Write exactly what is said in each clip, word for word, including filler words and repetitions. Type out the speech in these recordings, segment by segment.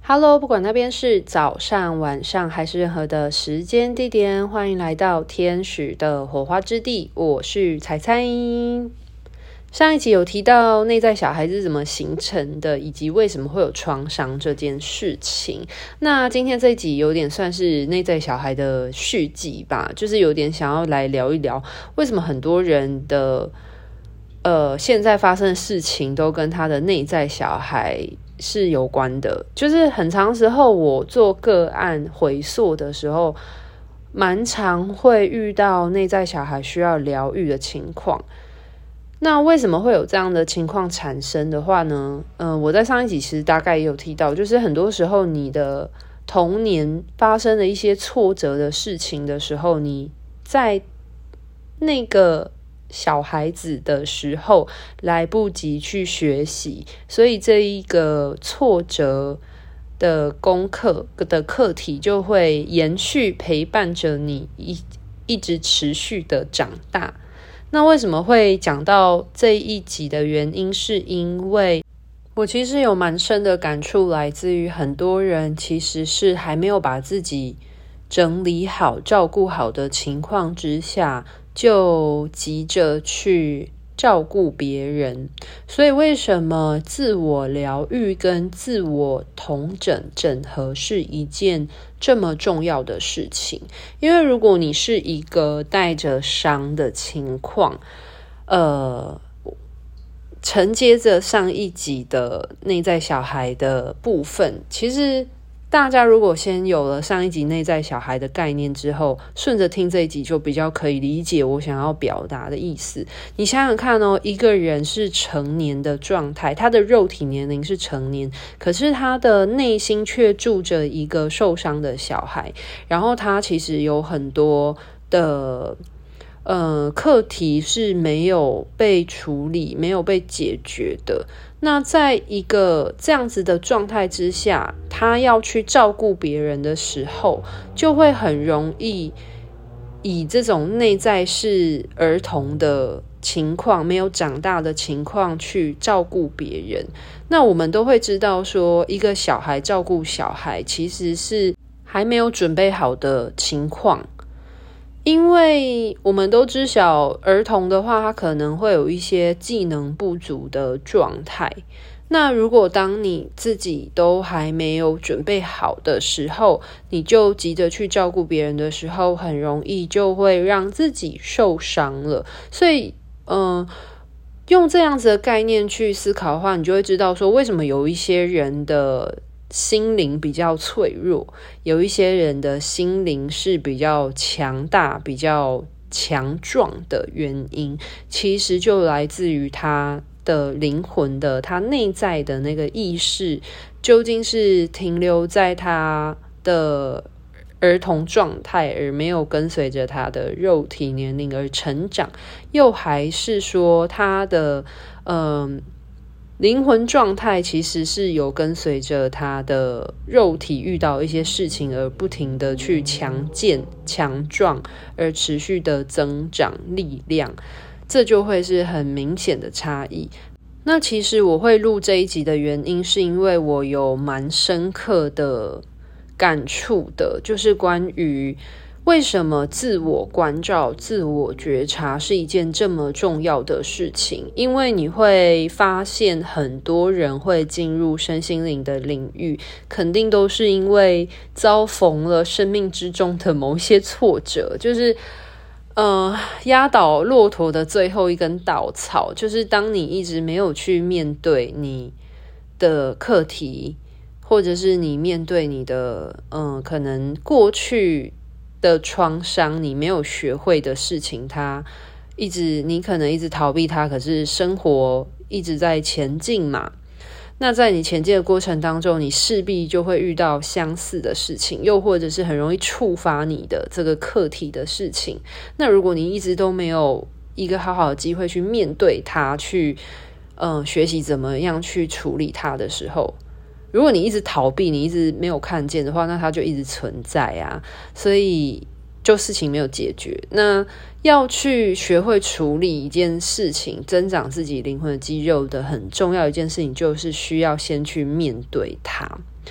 Hello， 不管那边是早上、晚上还是任何的时间地点，欢迎来到天使的火花之地，我是彩彩。上一集有提到内在小孩是怎么形成的，以及为什么会有创伤这件事情。那今天这一集有点算是内在小孩的续集吧，就是有点想要来聊一聊，为什么很多人的呃现在发生的事情都跟他的内在小孩是有关的。就是很长时候我做个案回溯的时候，蛮常会遇到内在小孩需要疗愈的情况。那为什么会有这样的情况产生的话呢？嗯、呃，我在上一集其实大概也有提到，就是很多时候你的童年发生了一些挫折的事情的时候，你在那个小孩子的时候来不及去学习，所以这一个挫折的功课的课题就会延续陪伴着你一一直持续的长大。那为什么会讲到这一集的原因，是因为我其实有蛮深的感触，来自于很多人其实是还没有把自己整理好、照顾好的情况之下，就急着去照顾别人。所以为什么自我疗愈跟自我统整整合是一件这么重要的事情？因为如果你是一个带着伤的情况，呃，承接着上一集的内在小孩的部分，其实大家如果先有了上一集内在小孩的概念之后，顺着听这一集就比较可以理解我想要表达的意思。你想想看哦，一个人是成年的状态，他的肉体年龄是成年，可是他的内心却住着一个受伤的小孩，然后他其实有很多的呃课题是没有被处理、没有被解决的。那在一个这样子的状态之下，他要去照顾别人的时候，就会很容易以这种内在是儿童的情况，没有长大的情况去照顾别人。那我们都会知道说，一个小孩照顾小孩其实是还没有准备好的情况。因为我们都知晓，儿童的话，他可能会有一些技能不足的状态。那如果当你自己都还没有准备好的时候，你就急着去照顾别人的时候，很容易就会让自己受伤了。所以，嗯、呃，用这样子的概念去思考的话，你就会知道说，为什么有一些人的心灵比较脆弱，有一些人的心灵是比较强大、比较强壮的原因，其实就来自于他的灵魂的、他内在的那个意识，究竟是停留在他的儿童状态，而没有跟随着他的肉体年龄而成长，又还是说他的嗯。呃灵魂状态其实是有跟随着他的肉体遇到一些事情而不停的去强健、强壮，而持续的增长力量，这就会是很明显的差异。那其实我会录这一集的原因，是因为我有蛮深刻的感触的，就是关于为什么自我关照、自我觉察是一件这么重要的事情？因为你会发现很多人会进入身心灵的领域，肯定都是因为遭逢了生命之中的某一些挫折，就是呃，压倒骆驼的最后一根稻草，就是当你一直没有去面对你的课题，或者是你面对你的呃，可能过去的创伤，你没有学会的事情，它一直你可能一直逃避它，可是生活一直在前进嘛。那在你前进的过程当中，你势必就会遇到相似的事情，又或者是很容易触发你的这个课题的事情。那如果你一直都没有一个好好的机会去面对它，去嗯、呃、学习怎么样去处理它的时候，如果你一直逃避，你一直没有看见的话，那它就一直存在啊，所以就事情没有解决。那要去学会处理一件事情，增长自己灵魂的肌肉的很重要一件事情，就是需要先去面对它。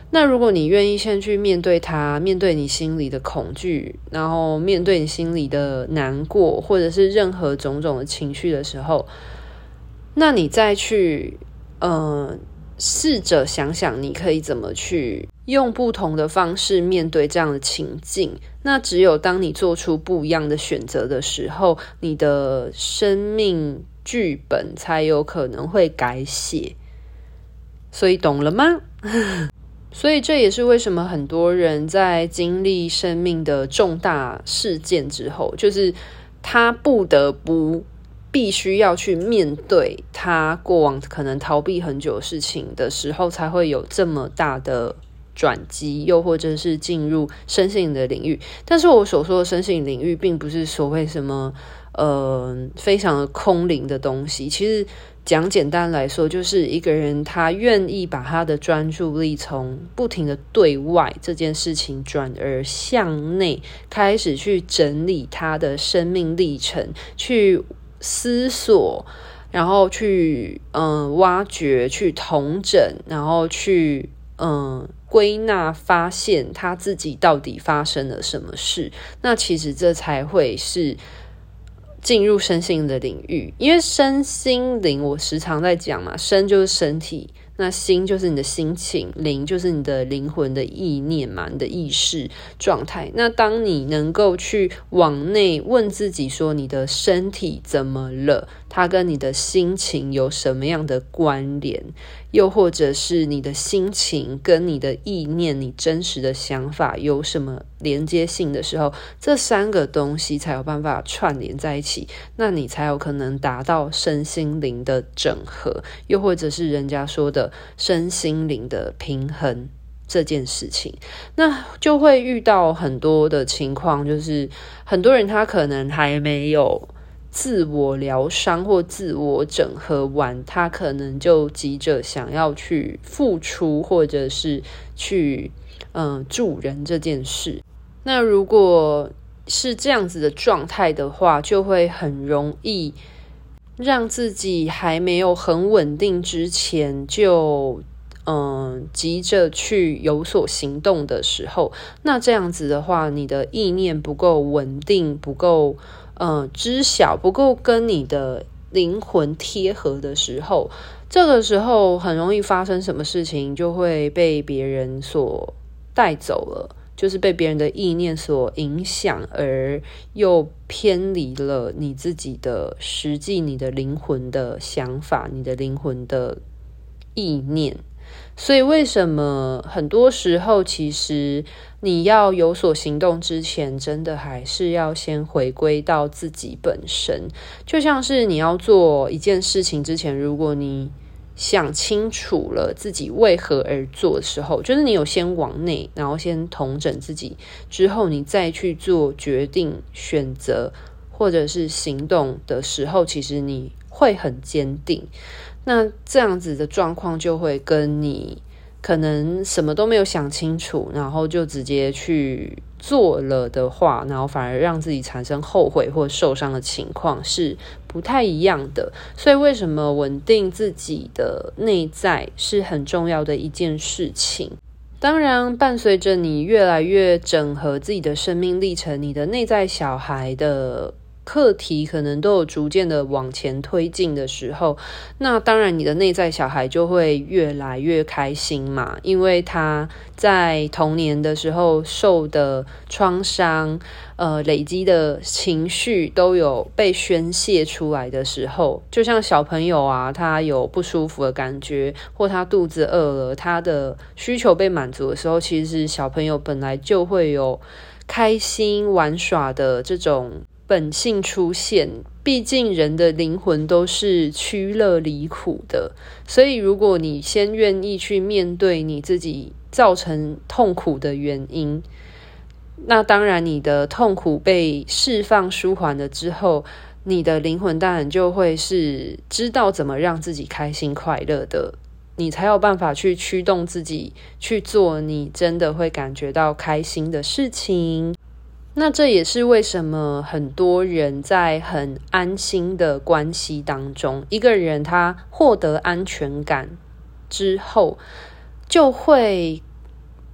那如果你愿意先去面对它，面对你心里的恐惧，然后面对你心里的难过，或者是任何种种的情绪的时候，那你再去呃试着想想你可以怎么去用不同的方式面对这样的情境。那只有当你做出不一样的选择的时候，你的生命剧本才有可能会改写。所以懂了吗？所以这也是为什么很多人在经历生命的重大事件之后，就是他不得不必须要去面对他过往可能逃避很久的事情的时候，才会有这么大的转机，又或者是进入身心灵的领域。但是我所说的身心灵领域并不是所谓什么呃非常的空灵的东西，其实讲简单来说，就是一个人他愿意把他的专注力从不停的对外这件事情转而向内，开始去整理他的生命历程，去思索，然后去嗯挖掘，去统整，然后去嗯归纳，发现他自己到底发生了什么事。那其实这才会是进入身心灵的领域。因为身心灵我时常在讲嘛，身就是身体，那心就是你的心情，灵就是你的灵魂的意念嘛，你的意识状态。那当你能够去往内问自己说，你的身体怎么了，它跟你的心情有什么样的关联，又或者是你的心情跟你的意念，你真实的想法有什么连接性的时候，这三个东西才有办法串联在一起，那你才有可能达到身心灵的整合，又或者是人家说的身心灵的平衡这件事情。那就会遇到很多的情况，就是很多人他可能还没有自我疗伤或自我整合完，他可能就急着想要去付出，或者是去嗯助人这件事。那如果是这样子的状态的话，就会很容易让自己还没有很稳定之前就嗯急着去有所行动的时候，那这样子的话，你的意念不够稳定，不够嗯知晓，不够跟你的灵魂贴合的时候，这个时候很容易发生什么事情，就会被别人所带走了，就是被别人的意念所影响，而又偏离了你自己的实际，你的灵魂的想法，你的灵魂的意念。所以为什么很多时候其实你要有所行动之前，真的还是要先回归到自己本身。就像是你要做一件事情之前，如果你想清楚了自己为何而做的时候，就是你有先往内，然后先统整自己之后，你再去做决定、选择或者是行动的时候，其实你会很坚定。那这样子的状况就会跟你可能什么都没有想清楚，然后就直接去做了的话，然后反而让自己产生后悔或受伤的情况是不太一样的。所以为什么稳定自己的内在是很重要的一件事情。当然伴随着你越来越整合自己的生命历程，你的内在小孩的课题可能都有逐渐的往前推进的时候，那当然你的内在小孩就会越来越开心嘛，因为他在童年的时候受的创伤呃，累积的情绪都有被宣泄出来的时候，就像小朋友啊，他有不舒服的感觉，或他肚子饿了，他的需求被满足的时候，其实小朋友本来就会有开心玩耍的这种本性出现。毕竟人的灵魂都是趋乐离苦的，所以如果你先愿意去面对你自己造成痛苦的原因，那当然你的痛苦被释放舒缓了之后，你的灵魂当然就会是知道怎么让自己开心快乐的，你才有办法去驱动自己去做你真的会感觉到开心的事情。那这也是为什么很多人在很安心的关系当中，一个人他获得安全感之后，就会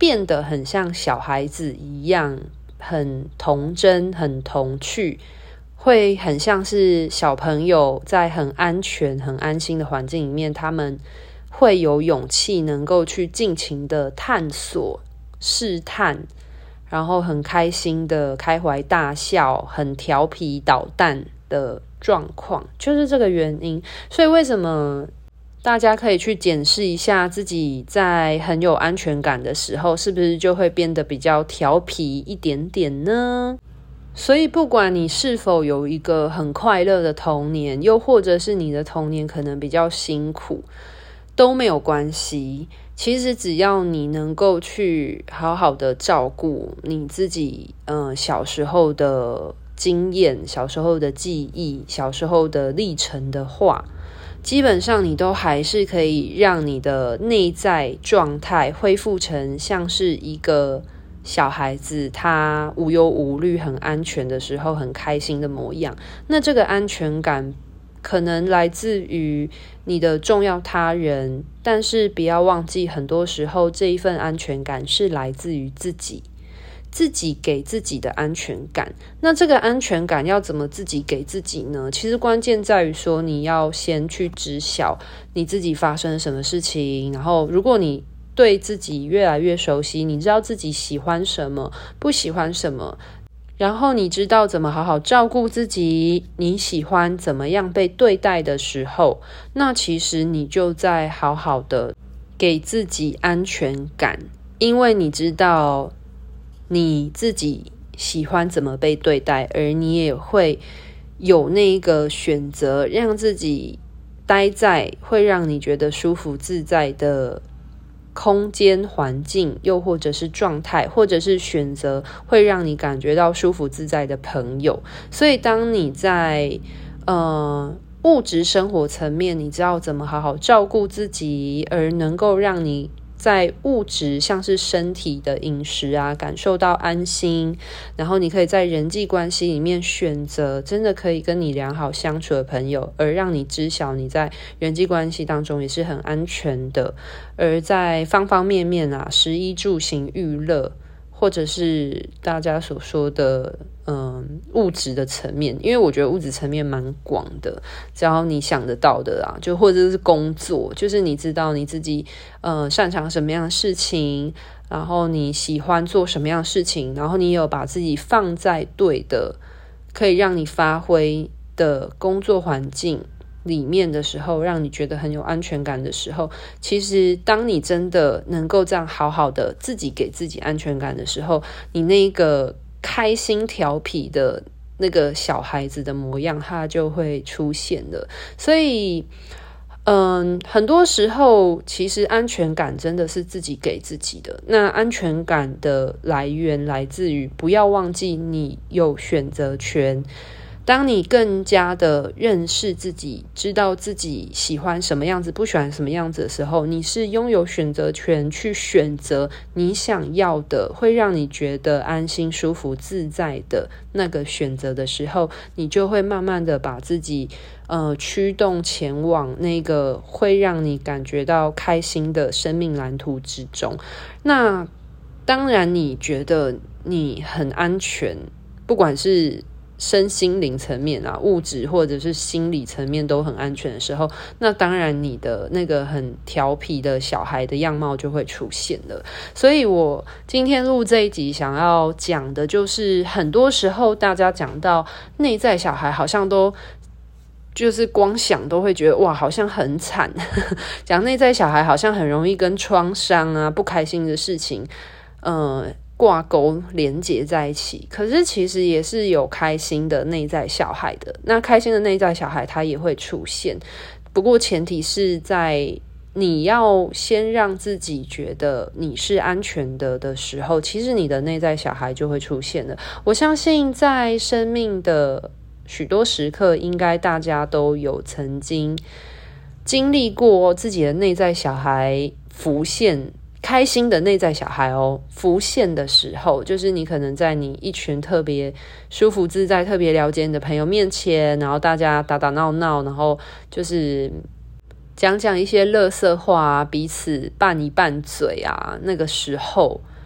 变得很像小孩子一样，很童真，很童趣，会很像是小朋友在很安全很安心的环境里面，他们会有勇气能够去尽情的探索试探，然后很开心的开怀大笑，很调皮捣蛋的状况，就是这个原因。所以为什么大家可以去检视一下自己在很有安全感的时候，是不是就会变得比较调皮一点点呢？所以不管你是否有一个很快乐的童年，又或者是你的童年可能比较辛苦，都没有关系。其实只要你能够去好好的照顾你自己，呃，小时候的经验、小时候的记忆、小时候的历程的话，基本上你都还是可以让你的内在状态恢复成像是一个小孩子他无忧无虑、很安全的时候很开心的模样。那这个安全感可能来自于你的重要他人，但是不要忘记，很多时候这一份安全感是来自于自己，自己给自己的安全感。那这个安全感要怎么自己给自己呢？其实关键在于说，你要先去知晓你自己发生了什么事情，然后如果你对自己越来越熟悉，你知道自己喜欢什么，不喜欢什么，然后你知道怎么好好照顾自己，你喜欢怎么样被对待的时候，那其实你就在好好的给自己安全感，因为你知道你自己喜欢怎么被对待，而你也会有那个选择让自己待在会让你觉得舒服自在的空间环境，又或者是状态，或者是选择会让你感觉到舒服自在的朋友。所以当你在呃物质生活层面你知道怎么好好照顾自己，而能够让你在物质像是身体的饮食啊感受到安心，然后你可以在人际关系里面选择真的可以跟你良好相处的朋友，而让你知晓你在人际关系当中也是很安全的，而在方方面面啊，食衣住行娱乐，或者是大家所说的嗯物质的层面，因为我觉得物质层面蛮广的，只要你想得到的啦，就或者是工作，就是你知道你自己呃擅长什么样的事情，然后你喜欢做什么样的事情，然后你有把自己放在对的可以让你发挥的工作环境里面的时候，让你觉得很有安全感的时候，其实当你真的能够这样好好的自己给自己安全感的时候，你那个开心调皮的那个小孩子的模样它就会出现了。所以嗯，很多时候其实安全感真的是自己给自己的。那安全感的来源来自于不要忘记你有选择权。当你更加的认识自己，知道自己喜欢什么样子，不喜欢什么样子的时候，你是拥有选择权去选择你想要的，会让你觉得安心、舒服、自在的那个选择的时候，你就会慢慢的把自己呃驱动前往那个会让你感觉到开心的生命蓝图之中。那当然你觉得你很安全，不管是身心灵层面啊，物质或者是心理层面都很安全的时候，那当然你的那个很调皮的小孩的样貌就会出现了。所以我今天录这一集想要讲的就是很多时候大家讲到内在小孩好像都就是光想都会觉得哇好像很惨讲内在小孩好像很容易跟创伤啊不开心的事情呃挂钩连结在一起，可是其实也是有开心的内在小孩的。那开心的内在小孩他也会出现，不过前提是在你要先让自己觉得你是安全的的时候，其实你的内在小孩就会出现了。我相信在生命的许多时刻，应该大家都有曾经经历过自己的内在小孩浮现，开心的内在小孩哦，浮现的时候，就是你可能在你一群特别舒服自在、特别了解你的朋友面前，然后大家打打闹闹，然后就是讲讲一些垃圾话啊，彼此拌一拌嘴啊，那个时候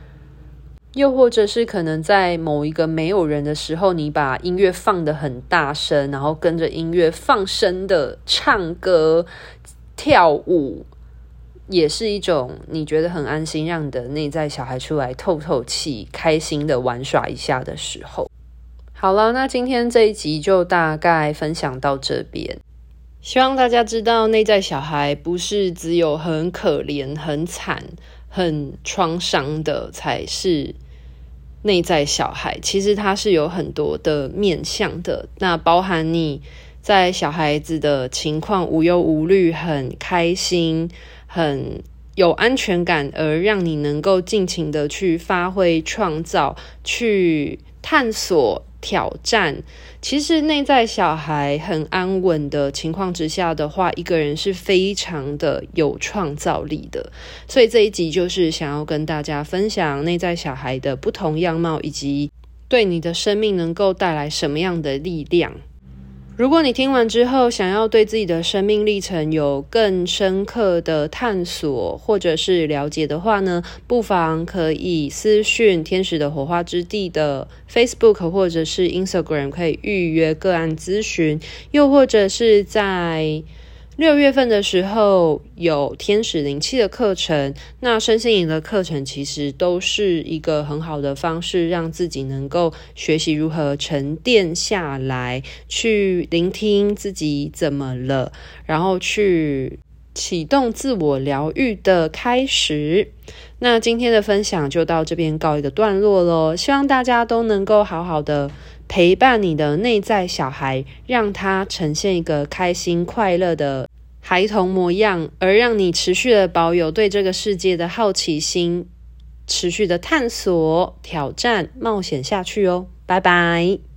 又或者是可能在某一个没有人的时候，你把音乐放得很大声，然后跟着音乐放声的唱歌跳舞，也是一种你觉得很安心，让你的内在小孩出来透透气，开心的玩耍一下的时候。好了，那今天这一集就大概分享到这边。希望大家知道，内在小孩不是只有很可怜、很惨、很创伤的才是内在小孩，其实它是有很多的面向的。那包含你在小孩子的情况无忧无虑，很开心，很有安全感，而让你能够尽情的去发挥创造，去探索挑战。其实内在小孩很安稳的情况之下的话，一个人是非常的有创造力的。所以这一集就是想要跟大家分享内在小孩的不同样貌，以及对你的生命能够带来什么样的力量。如果你听完之后想要对自己的生命历程有更深刻的探索或者是了解的话呢，不妨可以私讯天使的火花之地的 Facebook 或者是 Instagram 可以预约个案咨询，又或者是在六月份的时候有天使灵气的课程，那身心灵的课程其实都是一个很好的方式，让自己能够学习如何沉淀下来，去聆听自己怎么了，然后去启动自我疗愈的开始。那今天的分享就到这边告一个段落咯，希望大家都能够好好的陪伴你的内在小孩，让他呈现一个开心快乐的孩童模样，而让你持续的保有对这个世界的好奇心，持续的探索、挑战、冒险下去哦。拜拜。